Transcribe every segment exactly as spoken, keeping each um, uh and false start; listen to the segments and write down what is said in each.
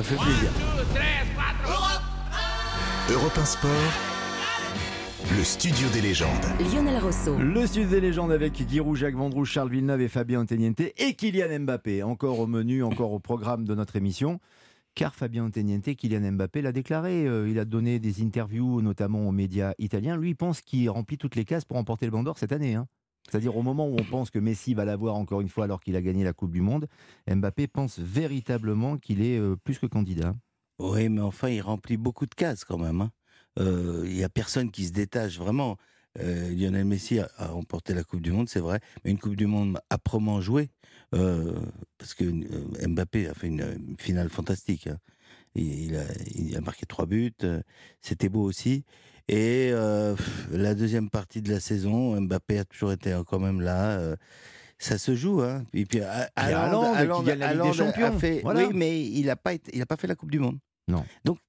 fait plaisir. Europe un Sport, le studio des légendes. Lionel Rousseau. Le studio des légendes avec Giroud, Jacques Vendroux, Charles Villeneuve et Fabien Antoniente et Kylian Mbappé. Encore au menu, encore au programme de notre émission. Car Fabien Antoniente, Kylian Mbappé l'a déclaré. Euh, il a donné des interviews, notamment aux médias italiens. Lui, il pense qu'il remplit toutes les cases pour remporter le Ballon d'Or cette année. Hein. C'est-à-dire au moment où on pense que Messi va l'avoir encore une fois alors qu'il a gagné la Coupe du Monde, Mbappé pense véritablement qu'il est euh, plus que candidat. Oui, mais enfin, il remplit beaucoup de cases quand même. Hein. Euh, Il n'y a personne qui se détache vraiment. Euh, Lionel Messi a, a remporté la Coupe du Monde, c'est vrai, mais une Coupe du Monde âprement jouée, euh, parce que euh, Mbappé a fait une, une finale fantastique. Hein. Il, il, a, il a marqué trois buts, euh, c'était beau aussi. Et euh, la deuxième partie de la saison, Mbappé a toujours été quand même là. Euh, ça se joue, hein. Et puis Haaland qui gagne la Ligue des Champions. Fait, voilà. Oui, mais il n'a pas, été, il a pas fait la Coupe du Monde. Non. Donc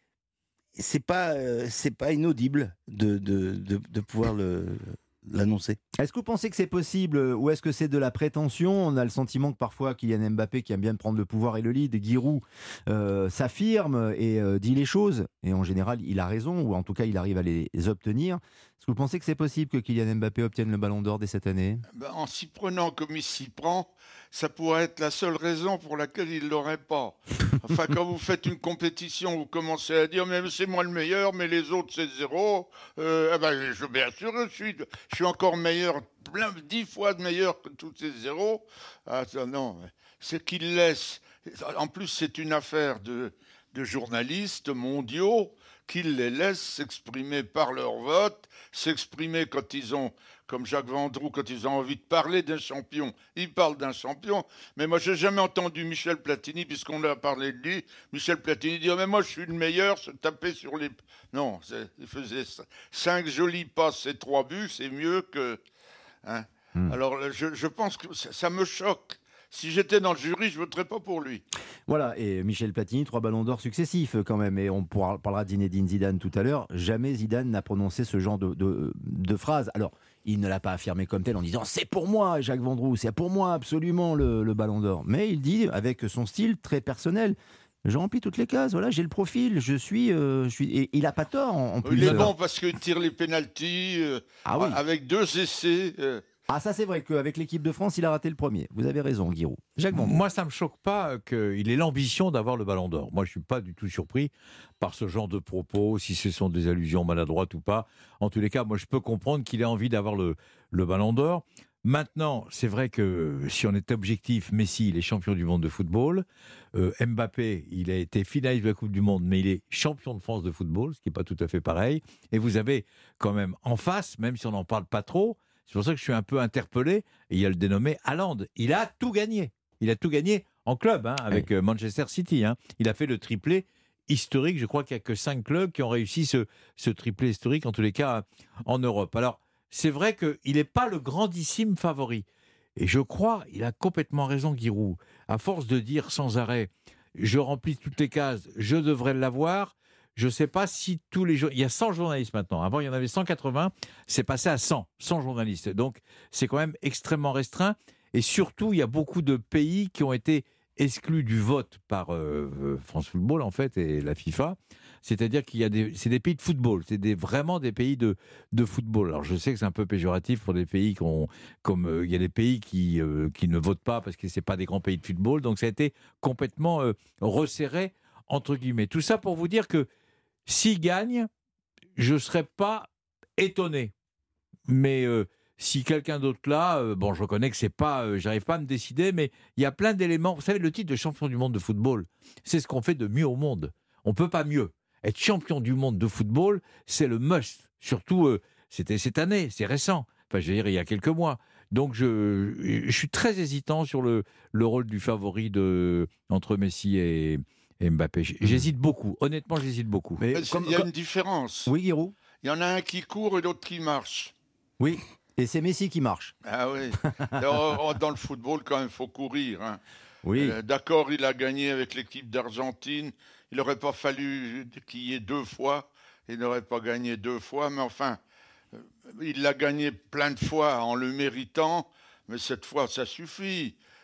c'est pas, euh, c'est pas inaudible de, de, de, de pouvoir le, l'annoncer. Est-ce que vous pensez que c'est possible ou est-ce que c'est de la prétention ? On a le sentiment que parfois Kylian Mbappé, qui aime bien prendre le pouvoir et le lead, Giroud, euh, s'affirme et euh, dit les choses. Et en général, il a raison, ou en tout cas, il arrive à les obtenir. Est-ce que vous pensez que c'est possible que Kylian Mbappé obtienne le Ballon d'Or dès cette année ? Ben, en s'y prenant comme il s'y prend, ça pourrait être la seule raison pour laquelle il ne l'aurait pas. Enfin, quand vous faites une compétition, vous commencez à dire « mais c'est moi le meilleur, mais les autres c'est zéro euh, ». Eh ben, je, bien sûr, je suis, je suis encore meilleur, plein, dix fois meilleur que tous ces zéros. Ah, ça, non, c'est qu'il laisse. En plus, c'est une affaire de, de journalistes mondiaux qu'ils les laissent s'exprimer par leur vote, s'exprimer quand ils ont, comme Jacques Vendroux, quand ils ont envie de parler d'un champion, ils parlent d'un champion. Mais moi, je n'ai jamais entendu Michel Platini, puisqu'on a parlé de lui, Michel Platini dit oh, « mais moi, je suis le meilleur », se taper sur les... Non, il faisait cinq jolis passes et trois buts, c'est mieux que... Hein. Hmm. Alors, je, je pense que ça, ça me choque. Si j'étais dans le jury, je ne voterais pas pour lui. Voilà, et Michel Platini, trois ballons d'or successifs quand même. Et on pourra, parlera de Zinedine Zidane tout à l'heure. Jamais Zidane n'a prononcé ce genre de, de, de phrase. Alors, il ne l'a pas affirmé comme tel en disant « c'est pour moi, Jacques Vendroux, c'est pour moi absolument le, le ballon d'or ». Mais il dit, avec son style très personnel, je remplis toutes les cases, voilà, j'ai le profil, je suis... Euh, je suis... Et il n'a pas tort en, en plus. Il est bon parce qu'il tire les pénaltys euh, ah oui. avec deux essais... Euh... Ah ça c'est vrai qu'avec l'équipe de France, il a raté le premier. Vous avez raison, Giroud. Jacques Vendroux. Moi, ça ne me choque pas qu'il ait l'ambition d'avoir le Ballon d'Or. Moi, je ne suis pas du tout surpris par ce genre de propos, si ce sont des allusions maladroites ou pas. En tous les cas, moi, je peux comprendre qu'il ait envie d'avoir le, le Ballon d'Or. Maintenant, c'est vrai que si on est objectif, Messi, il est champion du monde de football. Euh, Mbappé, il a été finaliste de la Coupe du Monde, mais il est champion de France de football, ce qui n'est pas tout à fait pareil. Et vous avez quand même en face, même si on n'en parle pas trop, c'est pour ça que je suis un peu interpellé. Et il y a le dénommé Haaland. Il a tout gagné. Il a tout gagné en club, hein, avec oui. Manchester City. Hein. Il a fait le triplé historique. Je crois qu'il n'y a que cinq clubs qui ont réussi ce, ce triplé historique, en tous les cas, en Europe. Alors, c'est vrai qu'il n'est pas le grandissime favori. Et je crois, il a complètement raison, Giroud. À force de dire sans arrêt, je remplis toutes les cases, je devrais l'avoir. Je ne sais pas si tous les jours... Il y a cent journalistes maintenant. Avant, il y en avait cent quatre-vingts. C'est passé à cent, cent journalistes. Donc, c'est quand même extrêmement restreint. Et surtout, il y a beaucoup de pays qui ont été exclus du vote par euh, France Football, en fait, et la FIFA. C'est-à-dire qu'il y a des... C'est des pays de football. C'est des, vraiment des pays de, de football. Alors, je sais que c'est un peu péjoratif pour des pays qui ont... Comme euh, il y a des pays qui, euh, qui ne votent pas parce que ce n'est pas des grands pays de football. Donc, ça a été complètement euh, resserré, entre guillemets. Tout ça pour vous dire que s'il gagne, je ne serais pas étonné. Mais euh, si quelqu'un d'autre là, euh, bon, je reconnais que c'est pas, euh, j'arrive pas à me décider, mais il y a plein d'éléments. Vous savez, le titre de champion du monde de football, c'est ce qu'on fait de mieux au monde. On peut pas mieux. Être champion du monde de football, c'est le must. Surtout, euh, c'était cette année, c'est récent. Enfin, je veux dire, il y a quelques mois. Donc, je, je suis très hésitant sur le, le rôle du favori de, entre Messi et... Et Mbappé, j'hésite beaucoup. Honnêtement, j'hésite beaucoup. Mais Mais comme, il y a comme... une différence. Oui, Giroud. Il y en a un qui court et l'autre qui marche. Oui, et c'est Messi qui marche. Ah oui. Dans, dans le football, quand même, il faut courir. Hein. Oui. Euh, d'accord, il a gagné avec l'équipe d'Argentine. Il n'aurait pas fallu qu'il y ait deux fois. Il n'aurait pas gagné deux fois. Mais enfin, euh, il l'a gagné plein de fois en le méritant. Mais cette fois, ça suffit.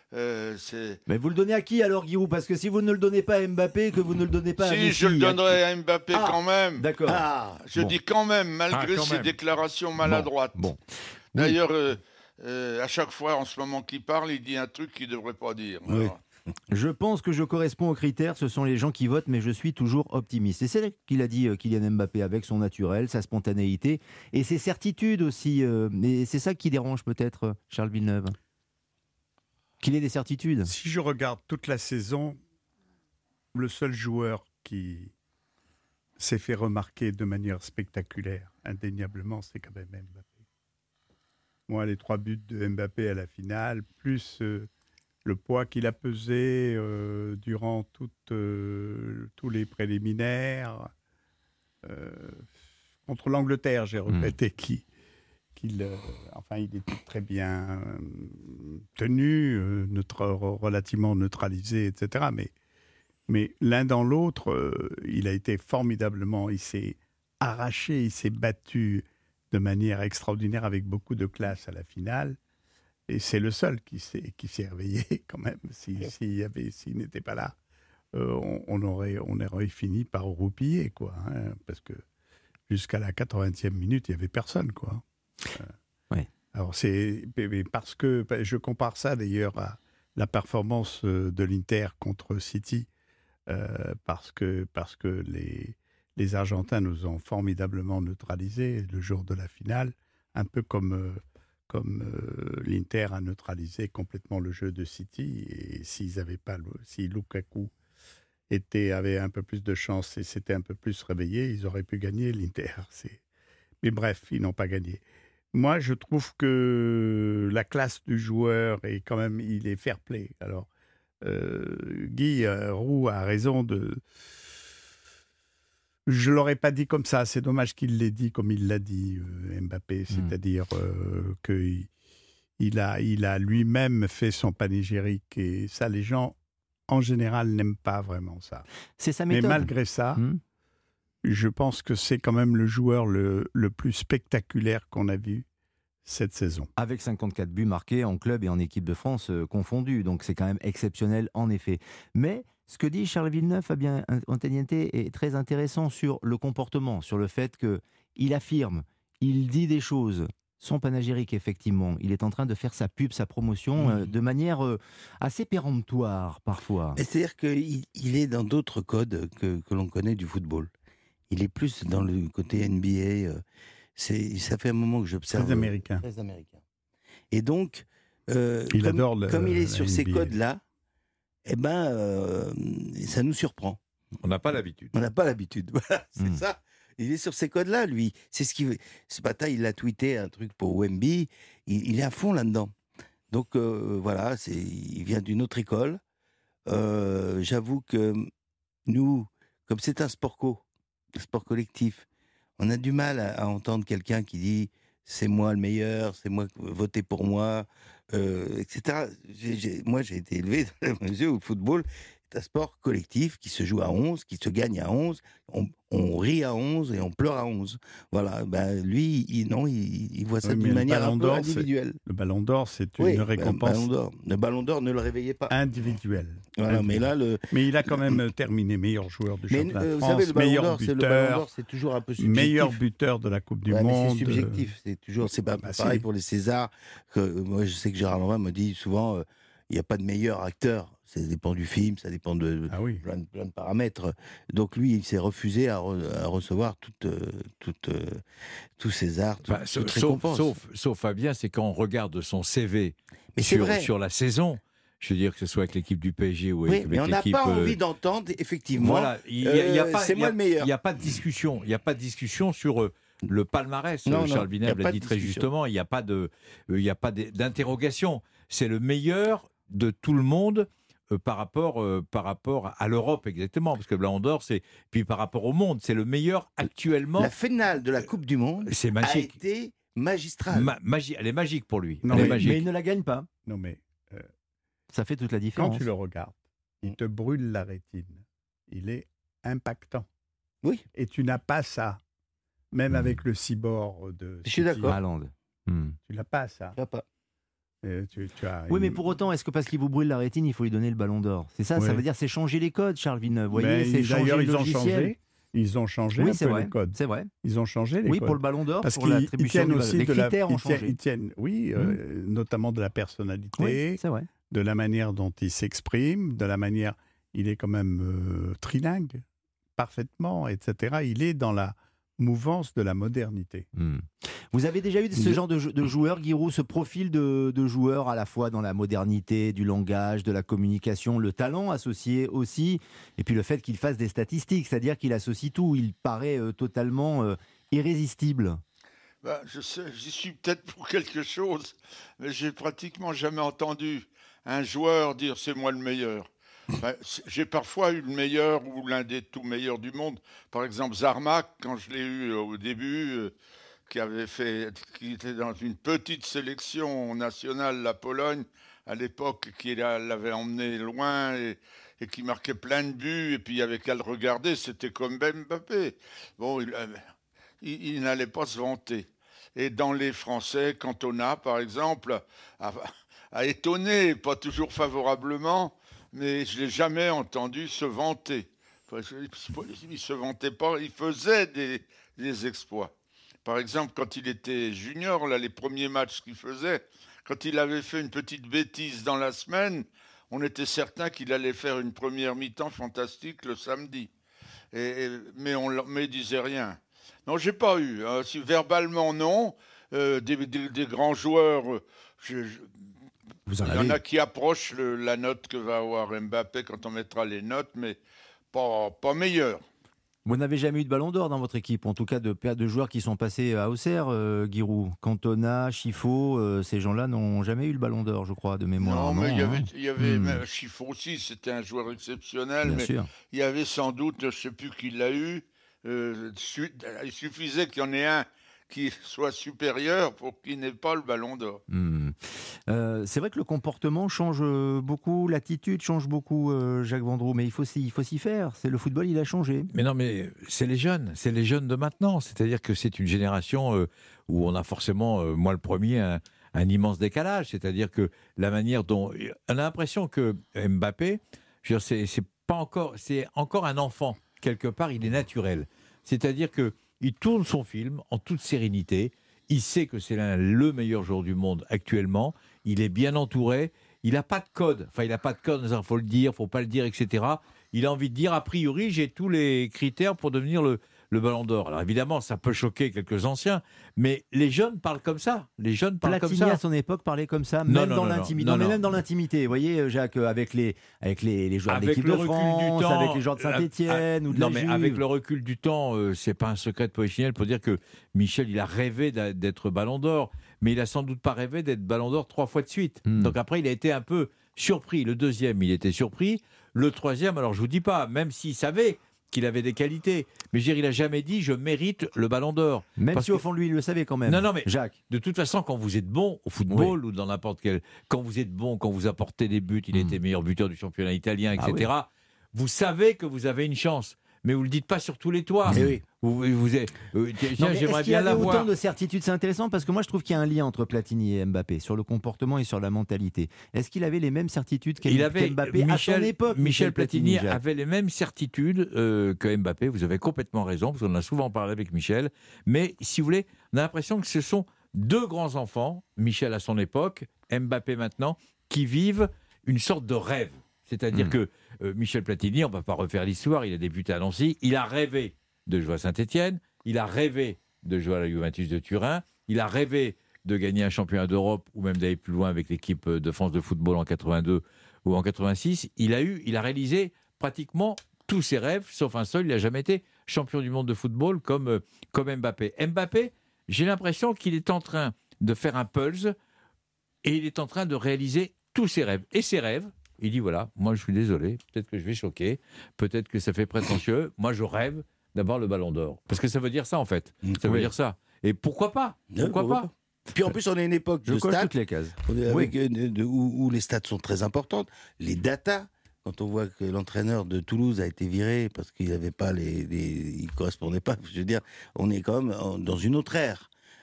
Euh, c'est... Mais vous le donnez à qui alors, Giroud? Parce que si vous ne le donnez pas à Mbappé, que vous ne le donnez pas à Si, Messi... je le à- donnerai à Mbappé Ah, quand même. D'accord. Ah, je Bon. dis quand même, malgré Ah, quand ses même. déclarations maladroites. Bon. bon. D'ailleurs, euh, euh, à chaque fois, en ce moment qu'il parle, il dit un truc qu'il ne devrait pas dire. Oui. Alors, Je pense que je corresponds aux critères, ce sont les gens qui votent, mais je suis toujours optimiste. Et c'est ce qu'il a dit euh, Kylian Mbappé, avec son naturel, sa spontanéité et ses certitudes aussi. euh, et c'est ça qui dérange peut-être euh, Charles Villeneuve. Qu'il ait des certitudes. Si je regarde toute la saison, le seul joueur qui s'est fait remarquer de manière spectaculaire, indéniablement, c'est quand même Mbappé. Moi, les trois buts de Mbappé à la finale, plus euh, le poids qu'il a pesé euh, durant toutes, euh, tous les préliminaires. Euh, contre l'Angleterre, j'ai regretté qu'il, qu'il, euh, enfin, il était très bien euh, tenu, euh, neutre, relativement neutralisé, et cetera. Mais, mais l'un dans l'autre, euh, il a été formidablement, il s'est arraché, il s'est battu de manière extraordinaire avec beaucoup de classe à la finale. Et c'est le seul qui s'est, qui s'est réveillé quand même. Si, s'il, y avait, s'il n'était pas là, euh, on, on, aurait, on aurait fini par roupiller, quoi. Hein, parce que jusqu'à la quatre-vingtième minute, il n'y avait personne, quoi. Euh, Ouais. Alors c'est mais parce que je compare ça d'ailleurs à la performance de l'Inter contre City, euh, parce que, parce que les, les Argentins nous ont formidablement neutralisés le jour de la finale, un peu comme... Euh, comme euh, l'Inter a neutralisé complètement le jeu de City. Et s'ils avaient pas, si Lukaku était, avait un peu plus de chance et s'était un peu plus réveillé, ils auraient pu gagner l'Inter. C'est... Mais bref, ils n'ont pas gagné. Moi, je trouve que la classe du joueur est quand même, il est fair play. Alors, euh, Guy euh, Roux a raison de... Je ne l'aurais pas dit comme ça, c'est dommage qu'il l'ait dit comme il l'a dit, euh, Mbappé, c'est-à-dire euh, qu'il il a, il a lui-même fait son panégyrique et ça, les gens, en général, n'aiment pas vraiment ça. C'est sa Mais méthode. malgré ça, Hmm. je pense que c'est quand même le joueur le, le plus spectaculaire qu'on a vu cette saison. Avec cinquante-quatre buts marqués en club et en équipe de France euh, confondus. Donc c'est quand même exceptionnel en effet. Mais ce que dit Charles Villeneuve, Fabien Antoniente, est très intéressant sur le comportement, sur le fait qu'il affirme, il dit des choses. Son panégyrique, effectivement, il est en train de faire sa pub, sa promotion euh, de manière euh, assez péremptoire parfois. Mais c'est-à-dire qu'il il est dans d'autres codes que, que l'on connaît du football. Il est plus dans le côté N B A. euh, C'est, ça fait un moment que j'observe. Très américain. Très américain. Et donc, euh, Il comme, adore le- comme il est la sur ces N B A. codes-là, eh ben, euh, ça nous surprend. On n'a pas l'habitude. On n'a pas l'habitude. Voilà, c'est Mm. ça. Il est sur ces codes-là, lui. C'est ce qui. Ce matin, il a tweeté un truc pour Wemby. Il, il est à fond là-dedans. Donc euh, voilà, c'est, il vient d'une autre école. Euh, j'avoue que nous, comme c'est un sport co, un sport collectif, on a du mal à, à entendre quelqu'un qui dit c'est moi le meilleur, c'est moi, votez pour moi, euh, et cetera. J'ai, j'ai, moi, j'ai été élevé dans la mesure où le football est un sport collectif qui se joue à onze, qui se gagne à onze. On, on rit à onze et on pleure à onze. Voilà. Ben, lui, il, non, il, il voit ça Oui, mais d'une le manière Ballon un peu d'Or, c'est- individuelle. Le Ballon d'Or, c'est une Oui, ben, récompense Ballon d'Or. Le Ballon d'Or ne le réveillait pas. individuelle. Voilà, mais là, le, Mais il a quand même terminé meilleur joueur du mais, championnat euh, de vous France, savez, le Ballon meilleur d'Or, c'est le Ballon buteur, d'Or, c'est toujours un peu subjectif. meilleur buteur de la Coupe du Ouais, mais Monde. c'est subjectif, c'est toujours, c'est pas Bah, pareil si. pour les Césars. Que, euh, moi, je sais que Gérard Lanvin me dit souvent, euh, il n'y a pas de meilleur acteur. Ça dépend du film, ça dépend de Ah oui. plein, de plein de paramètres. Donc lui, il s'est refusé à, re- à recevoir toute, euh, toute, euh, tous Césars, toute, Enfin, toute sauf, récompense. sauf, sauf Fabien, c'est quand on regarde son C V Mais c'est sur, vrai. sur la saison, je veux dire que ce soit avec l'équipe du P S G ou Oui, avec, mais on avec n'a l'équipe. pas euh, envie d'entendre, effectivement. Voilà, il y a, il y a euh, pas, c'est il y moi a- le meilleur. Il n'y a pas de discussion. Il n'y a pas de discussion sur euh, le palmarès. Non, Euh, non, Charles il y a Villeneuve pas l'a de dit très discussion. justement. Il n'y a pas de, euh, il y a pas de- d'interrogation. C'est le meilleur de tout le monde. euh, par rapport, euh, par rapport à l'Europe exactement, parce que le Ballon d'Or, c'est puis par rapport au monde, c'est le meilleur actuellement. La finale de la Coupe du Monde C'est a magique. été magistrale. Ma- magie, elle est magique pour lui. Non, elle est mais- magique. Mais il ne la gagne pas. Non, mais euh, Ça fait toute la quand différence. tu le regardes, il te brûle la rétine. Il est impactant. Oui. Et tu n'as pas ça. Même Mm. avec le cyborg de Je suis City, d'accord. Haaland. Hmm. Tu n'as pas ça. Je sais pas. Et tu, tu as Oui, une- mais pour autant, est-ce que parce qu'il vous brûle la rétine, il faut lui donner le ballon d'or? C'est ça, ça Ouais. veut dire c'est changer les codes, Charles Villeneuve. Vous voyez, Mais c'est ils- changer d'ailleurs, le ils ont logiciel. changé. Ils ont changé Oui, un c'est peu vrai. les codes. C'est vrai. Ils ont changé les Oui, codes. pour le ballon d'or, Parce pour qu'ils ils l'attribution tiennent du ballon. aussi Les de la, critères ont ils tiennent, changé. ils tiennent, oui, euh, notamment de la personnalité, Oui, c'est vrai. de la manière dont il s'exprime, de la manière, il est quand même euh, trilingue, parfaitement, et cetera. Il est dans la mouvance de la modernité. Hmm. Vous avez déjà eu ce Oui. genre de, jou- de joueur, Giroud, ce profil de, de joueur à la fois dans la modernité, du langage, de la communication, le talent associé aussi, et puis le fait qu'il fasse des statistiques, c'est-à-dire qu'il associe tout, il paraît euh, totalement euh, irrésistible. Ben, je sais, j'y suis peut-être pour quelque chose, mais j'ai pratiquement jamais entendu un joueur dire c'est moi le meilleur. Enfin, c'est- j'ai parfois eu le meilleur ou l'un des tout meilleurs du monde. Par exemple, Zarmak, quand je l'ai eu euh, au début, euh, qui avait fait, qui était dans une petite sélection nationale, la Pologne, à l'époque, qui l'a- l'avait emmené loin et, et qui marquait plein de buts. Et puis il y avait qu'à le regarder, c'était comme Mbappé. Bon, il, avait- il- il n'allait pas se vanter. Et dans les Français, Cantona, par exemple, a, a étonné, pas toujours favorablement, mais je l'ai jamais entendu se vanter. Enfin, il ne se vantait pas, il faisait des, des exploits. Par exemple, quand il était junior, là, les premiers matchs qu'il faisait, quand il avait fait une petite bêtise dans la semaine, on était certain qu'il allait faire une première mi-temps fantastique le samedi. Et, et- mais on ne mais il disait rien. Non, j'ai pas eu. Hein. Si, verbalement, non. Euh, des, des- des grands joueurs, euh, je- je- Vous en il y en avez a qui approchent le- la note que va avoir Mbappé quand on mettra les notes, mais pas, pas meilleure. Vous n'avez jamais eu de ballon d'or dans votre équipe, en tout cas de, de joueurs qui sont passés à Auxerre, euh, Giroud. Cantona, Chifo, euh, ces gens-là n'ont jamais eu le ballon d'or, je crois, de mémoire. Non, mais il y avait, hein. il y avait Hmm. même Chiffre aussi, c'était un joueur exceptionnel, Bien mais sûr. il y avait sans doute, je ne sais plus qui l'a eu, euh, su- il suffisait qu'il y en ait un qui soit supérieur pour qu'il n'ait pas le ballon d'or. Hmm. Euh, c'est vrai que le comportement change euh, beaucoup, l'attitude change beaucoup, euh, Jacques Vendroux, mais il faut s'y, il faut s'y faire. C'est le football, il a changé. Mais non, mais c'est les jeunes, c'est les jeunes de maintenant. C'est-à-dire que c'est une génération euh, où on a forcément, euh, moi le premier, un, un immense décalage. C'est-à-dire que la manière dont on a l'impression que Mbappé, je veux dire, c'est, c'est pas encore, c'est encore un enfant quelque part. Il est naturel. C'est-à-dire que il tourne son film en toute sérénité. Il sait que c'est l'un, le meilleur joueur du monde actuellement. Il est bien entouré. Il n'a pas de code. Enfin, il n'a pas de code. Il faut le dire, faut pas le dire, et cetera. Il a envie de dire, a priori, j'ai tous les critères pour devenir le, le Ballon d'Or. Alors évidemment, ça peut choquer quelques anciens, mais les jeunes parlent comme ça. Les jeunes parlent Platini comme à ça. son époque parlait comme ça, Non, même non, dans non, l'intimité. non, Non, mais non. même dans l'intimité. Vous voyez, Jacques, avec les, avec les, les joueurs de Avec l'équipe le de recul du France, temps, avec les joueurs de la- Saint-Étienne ou de non, la mais Juve. avec le recul du temps, euh, c'est pas un secret de polichinelle pour dire que Michel, il a rêvé d'a- d'être Ballon d'Or, mais il a sans doute pas rêvé d'être Ballon d'Or trois fois de suite. Hmm. Donc après, il a été un peu surpris. Le deuxième, il était surpris. Le troisième, alors je vous dis pas, même s'il savait qu'il avait des qualités, mais je veux dire, il a jamais dit je mérite le Ballon d'Or. Même Parce si au que- fond de lui, il le savait quand même. Non, non, mais- Jacques. De toute façon, quand vous êtes bon au football ou dans n'importe quel, quand vous êtes bon, quand vous apportez des buts, il Hmm. était meilleur buteur du championnat italien, et Ah cetera. Vous savez que vous avez une chance, mais vous le dites pas sur tous les toits. Eh oui. Vous, vous êtes- euh, tiens, Non, mais j'aimerais est-ce qu'il y bien avait l'avoir. autant de certitude? C'est intéressant parce que moi je trouve qu'il y a un lien entre Platini et Mbappé sur le comportement et sur la mentalité. Est-ce qu'il avait les mêmes certitudes qu'M- Il avait qu'Mbappé à Michel, son époque? Michel Platini Jacques. avait les mêmes certitudes euh, que Mbappé. Vous avez complètement raison, parce qu'on en a souvent parlé avec Michel. Mais si vous voulez, on a l'impression que ce sont deux grands enfants, Michel à son époque, Mbappé maintenant, qui vivent une sorte de rêve. C'est-à-dire Mm. que euh, Michel Platini, on ne va pas refaire l'histoire, il a débuté à Nancy, il a rêvé de jouer à Saint-Étienne, il a rêvé de jouer à la Juventus de Turin, il a rêvé de gagner un championnat d'Europe ou même d'aller plus loin avec l'équipe de France de football en quatre-vingt-deux ou en quatre-vingt-six. Il a eu, il a réalisé pratiquement tous ses rêves, sauf un seul, il n'a jamais été champion du monde de football comme, euh, comme Mbappé. Mbappé, j'ai l'impression qu'il est en train de faire un pulse et il est en train de réaliser tous ses rêves. Et ses rêves, il dit voilà, moi je suis désolé, peut-être que je vais choquer, peut-être que ça fait prétentieux, moi je rêve d'avoir le ballon d'or. Parce que ça veut dire ça en fait, ça veut Oui. dire ça. Et pourquoi pas Pourquoi Non, pas Puis en plus, on est une époque Je de coche stats. toutes les cases. On est Oui. avec, euh, de- de- où, où les stats sont très importantes. Les datas, quand on voit que l'entraîneur de Toulouse a été viré parce qu'il n'avait pas les, les- il correspondait pas. Je veux dire, on est quand même en- dans une autre ère.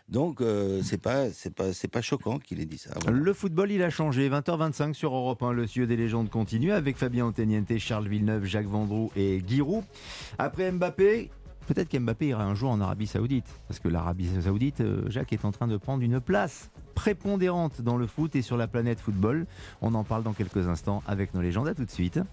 Donc, euh, c'est pas, c'est pas, c'est pas choquant qu'il ait dit ça. Voilà. Le football, il a changé. vingt heures vingt-cinq sur Europe un, le Cieux des légendes continue avec Fabien Anteniente, Charles Villeneuve, Jacques Vendroux et Giroud. Après Mbappé, peut-être qu'Mbappé ira un jour en Arabie Saoudite. Parce que l'Arabie Saoudite, euh, Jacques, est en train de prendre une place prépondérante dans le foot et sur la planète football. On en parle dans quelques instants avec nos légendes. À tout de suite.